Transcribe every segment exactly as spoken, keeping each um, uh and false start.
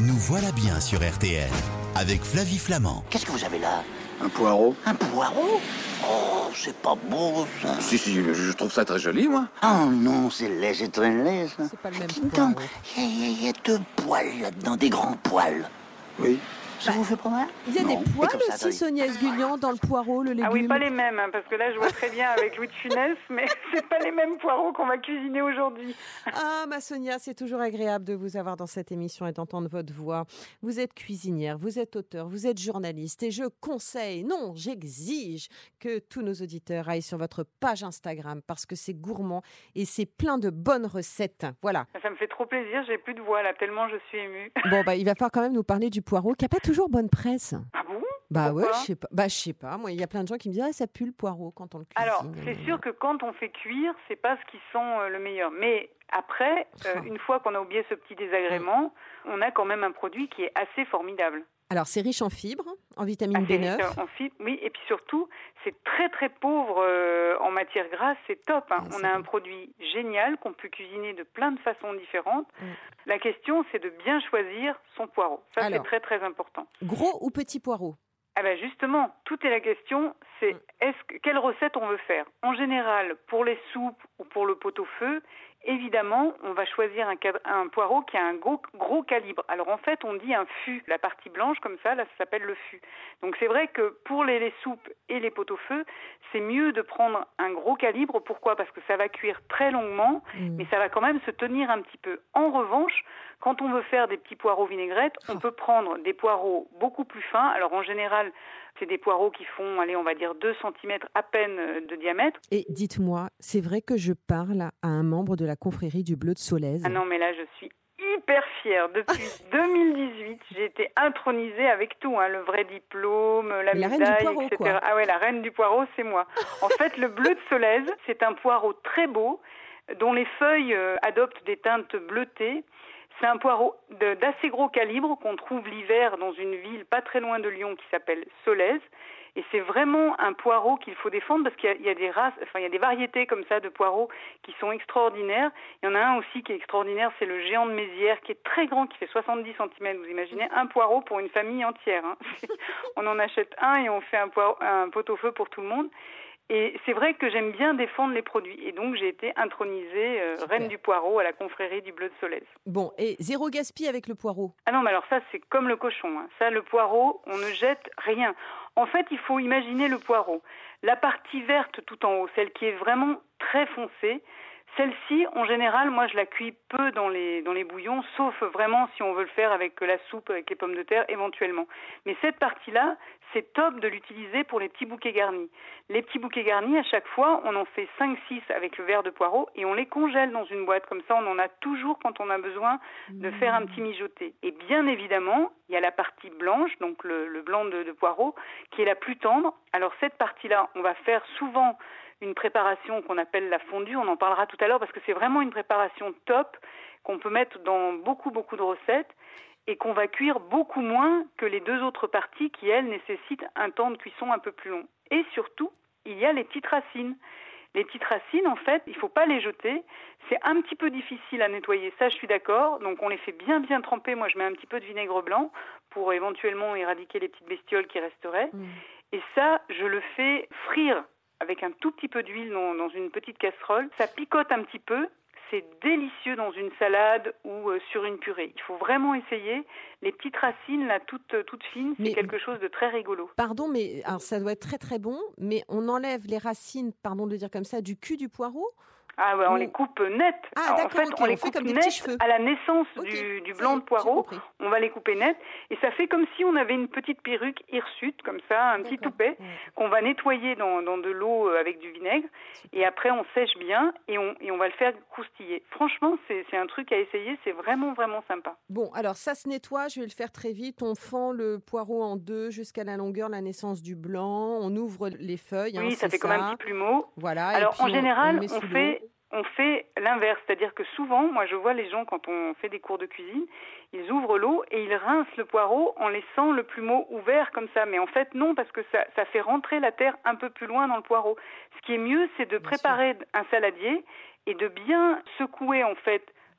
Nous voilà bien sur R T L avec Flavie Flamand. Qu'est-ce que vous avez là? Un poireau. Un poireau? Oh, c'est pas beau, ça. Si, si, je trouve ça très joli, moi. Oh non, c'est laid, c'est très laid, ça. C'est pas le même Attends, poireau. il y, y, y a deux poils là-dedans, des grands poils. Oui. Ça vous fait pas mal? Il y a Non. des poils Et comme ça, aussi, attendez. Sonia Esguignan, dans le poireau, le légume. Ah oui, pas les mêmes, hein, parce que là, je vois très bien avec Louis de Funès, mais c'est pas les mêmes poireaux qu'on va cuisiner aujourd'hui. Ah, ma Sonia, c'est toujours agréable de vous avoir dans cette émission et d'entendre votre voix. Vous êtes cuisinière, vous êtes auteur, vous êtes journaliste et je conseille, non, j'exige que tous nos auditeurs aillent sur votre page Instagram parce que c'est gourmand et c'est plein de bonnes recettes. Voilà. Ça me fait trop plaisir, j'ai plus de voix là, tellement je suis émue. Bon, bah, il va falloir quand même nous parler du poireau qui n'a pas toujours bonne presse. Ah bon? Bah Pourquoi? ouais, je sais pas. Bah je sais pas. Moi, il y a plein de gens qui me disent ah ça pue le poireau quand on le cuisine. Alors, c'est sûr que quand on fait cuire, c'est pas ce qui sent euh, le meilleur. Mais après, euh, Ah. une fois qu'on a oublié ce petit désagrément, on a quand même un produit qui est assez formidable. Alors c'est riche en fibres, en vitamine Assez B neuf. riche en fibres, oui, et puis surtout, c'est très très pauvre euh, en matière grasse, c'est top. Hein. Ah, on c'est a un bon. produit génial qu'on peut cuisiner de plein de façons différentes. Mm. La question, c'est de bien choisir son poireau. Ça, Alors. c'est très très important. Gros ou petit poireau? Ah ben justement, tout est la question, c'est Mm. est-ce que, quelle recette on veut faire. En général, pour les soupes ou pour le pot-au-feu, évidemment, on va choisir un, cadre- un poireau qui a un gros, gros calibre. Alors en fait, on dit un fût. La partie blanche, comme ça, là, ça s'appelle le fût. Donc c'est vrai que pour les, les soupes et les pot-au-feu, c'est mieux de prendre un gros calibre. Pourquoi? Parce que ça va cuire très longuement, Mm. mais ça va quand même se tenir un petit peu. En revanche, quand on veut faire des petits poireaux vinaigrettes, on Oh. peut prendre des poireaux beaucoup plus fins. Alors en général, c'est des poireaux qui font, allez, on va dire deux centimètres à peine euh, de diamètre. Et dites-moi, c'est vrai que je parle à un membre de la confrérie du Bleu de Solèze. Ah non, mais là, je suis hyper fière. Depuis deux mille dix-huit, j'ai été intronisée avec tout, hein, le vrai diplôme, la Mais la reine du médaille, poireau, et quoi. cetera. Ah ouais, la reine du poireau, c'est moi. En fait, le bleu de Solèze, c'est un poireau très beau, dont les feuilles euh, adoptent des teintes bleutées. C'est un poireau de- d'assez gros calibre qu'on trouve l'hiver dans une ville pas très loin de Lyon qui s'appelle Solèze. Et c'est vraiment un poireau qu'il faut défendre parce qu'il y a, il y a des races, enfin il y a des variétés comme ça de poireaux qui sont extraordinaires. Il y en a un aussi qui est extraordinaire, c'est le géant de Mézières qui est très grand, qui fait soixante-dix centimètres. Vous imaginez un poireau pour une famille entière. Hein. On en achète un et on fait un, poireau, un pot-au-feu pour tout le monde. Et c'est vrai que j'aime bien défendre les produits. Et donc, j'ai été intronisée euh, Super. reine du poireau à la confrérie du Bleu de Solèze. Bon, et zéro gaspille avec le poireau. Ah non, mais alors ça, c'est comme le cochon. Hein. Ça, le poireau, on ne jette rien. En fait, il faut imaginer le poireau. La partie verte tout en haut, celle qui est vraiment très foncée, celle-ci, en général, moi, je la cuis peu dans les, dans les bouillons, sauf vraiment si on veut le faire avec la soupe, avec les pommes de terre, éventuellement. Mais cette partie-là, c'est top de l'utiliser pour les petits bouquets garnis. Les petits bouquets garnis, à chaque fois, on en fait cinq six avec le verre de poireau et on les congèle dans une boîte. Comme ça, on en a toujours quand on a besoin de faire un petit mijoté. Et bien évidemment, il y a la partie blanche, donc le, le blanc de, de poireau, qui est la plus tendre. Alors cette partie-là, on va faire souvent une préparation qu'on appelle la fondue, on en parlera tout à l'heure parce que c'est vraiment une préparation top qu'on peut mettre dans beaucoup beaucoup de recettes et qu'on va cuire beaucoup moins que les deux autres parties qui, elles, nécessitent un temps de cuisson un peu plus long. Et surtout, il y a les petites racines. Les petites racines, en fait, il ne faut pas les jeter. C'est un petit peu difficile à nettoyer, ça je suis d'accord. Donc on les fait bien bien tremper. Moi je mets un petit peu de vinaigre blanc pour éventuellement éradiquer les petites bestioles qui resteraient. Mmh. Et ça, je le fais frire avec un tout petit peu d'huile dans, dans une petite casserole. Ça picote un petit peu. C'est délicieux dans une salade ou euh, sur une purée. Il faut vraiment essayer. Les petites racines, là, toutes, toutes fines, c'est Mais- quelque chose de très rigolo. Pardon, mais alors ça doit être très très bon, mais on enlève les racines, pardon de dire comme ça, du cul du poireau. Ah ouais, on Ou- les coupe net. Ah, Alors, en d'accord, fait, ok, on on les fait coupe comme des net petits cheveux. à la naissance Ok, du, du ça blanc y est, de poireau. j'ai compris. On va les couper net et ça fait comme si on avait une petite perruque hirsute, comme ça, un petit D'accord, toupet ouais. qu'on va nettoyer dans, dans de l'eau euh, avec du vinaigre et après on sèche bien et on, et on va le faire croustiller. Franchement, c'est, c'est un truc à essayer, c'est vraiment vraiment sympa. Bon, alors ça se nettoie, je vais le faire très vite. On fend le poireau en deux jusqu'à la longueur, la naissance du blanc. On ouvre les feuilles. Oui, hein, ça c'est fait comme un petit plumeau. Voilà. et Alors puis en on- général, on, met on, sous fait l'eau. on fait l'inverse, c'est-à-dire que souvent, moi je vois les gens quand on fait des cours de cuisine, ils ouvrent l'eau et ils rincent le poireau en laissant le plumeau ouvert comme ça. Mais en fait non, parce que ça, ça fait rentrer la terre un peu plus loin dans le poireau. Ce qui est mieux, c'est de Bien préparer un saladier et de bien secouer en fait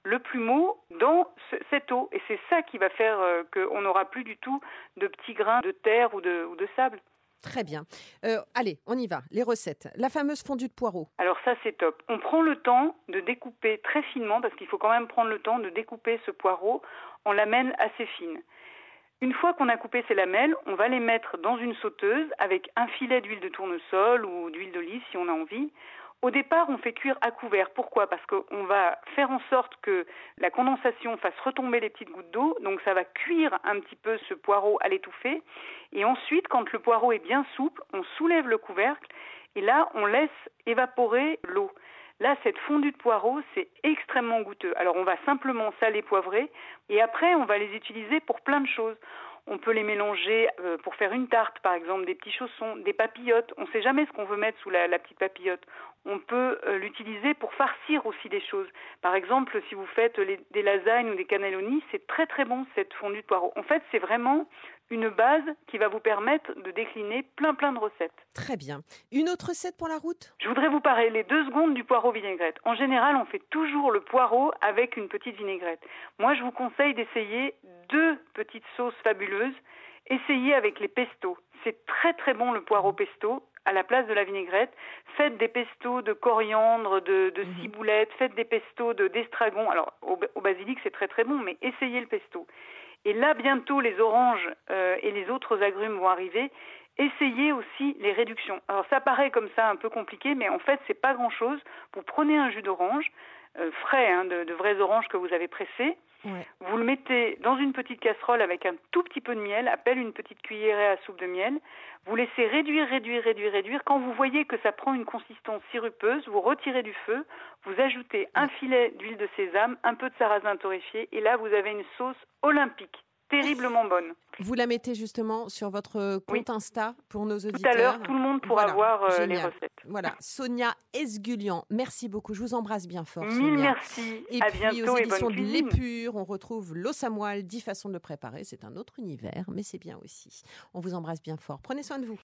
le plumeau dans ce, cette eau. Et c'est ça qui va faire euh, qu'on n'aura plus du tout de petits grains de terre ou de, ou de sable. Très bien. Euh, allez, on y va. Les recettes. La fameuse fondue de poireaux. Alors ça, c'est top. On prend le temps de découper très finement, parce qu'il faut quand même prendre le temps de découper ce poireau en lamelles assez fines. Une fois qu'on a coupé ces lamelles, on va les mettre dans une sauteuse avec un filet d'huile de tournesol ou d'huile d'olive si on a envie. Au départ, on fait cuire à couvert. Pourquoi ? Parce qu'on va faire en sorte que la condensation fasse retomber les petites gouttes d'eau. Donc ça va cuire un petit peu ce poireau à l'étouffer. Et ensuite, quand le poireau est bien souple, on soulève le couvercle et là, on laisse évaporer l'eau. Là, cette fondue de poireaux, c'est extrêmement goûteux. Alors, on va simplement saler, poivrer et après, on va les utiliser pour plein de choses. On peut les mélanger euh, pour faire une tarte, par exemple, des petits chaussons, des papillotes. On ne sait jamais ce qu'on veut mettre sous la, la petite papillote. On peut euh, l'utiliser pour farcir aussi des choses. Par exemple, si vous faites les, des lasagnes ou des cannellonis, c'est très très bon cette fondue de poireaux. En fait, c'est vraiment une base qui va vous permettre de décliner plein plein de recettes. Très bien. Une autre recette pour la route ? Je voudrais vous parler les deux secondes du poireau vinaigrette. En général, on fait toujours le poireau avec une petite vinaigrette. Moi, je vous conseille d'essayer deux petites sauces fabuleuses. Essayez avec les pestos. C'est très très bon le poireau pesto. À la place de la vinaigrette, faites des pestos de coriandre, de, de mmh. ciboulette, faites des pestos de, d'estragon. Alors, au, au basilic, c'est très très bon, mais essayez le pesto. Et là, bientôt, les oranges euh, et les autres agrumes vont arriver. Essayez aussi les réductions. Alors, ça paraît comme ça un peu compliqué, mais en fait, c'est pas grand-chose. Vous prenez un jus d'orange, euh, frais, hein, de, de vrais oranges que vous avez pressés. Ouais. Vous le mettez dans une petite casserole avec un tout petit peu de miel, à peine une petite cuillerée à soupe de miel. Vous laissez réduire, réduire, réduire, réduire. Quand vous voyez que ça prend une consistance sirupeuse, vous retirez du feu, vous ajoutez un filet d'huile de sésame, un peu de sarrasin torréfié, et là, vous avez une sauce olympique, terriblement bonne. Vous la mettez justement sur votre compte oui. Insta pour nos auditeurs. Tout à l'heure, tout le monde pourra voilà. voir euh, les recettes. Voilà, Sonia Esgulian, merci beaucoup. Je vous embrasse bien fort, Mille Sonia. merci. Et à puis bientôt aux éditions et bonne de cuisine. L'Épure, on retrouve l'os à moelle, dix façons de le préparer. C'est un autre univers, mais c'est bien aussi. On vous embrasse bien fort. Prenez soin de vous.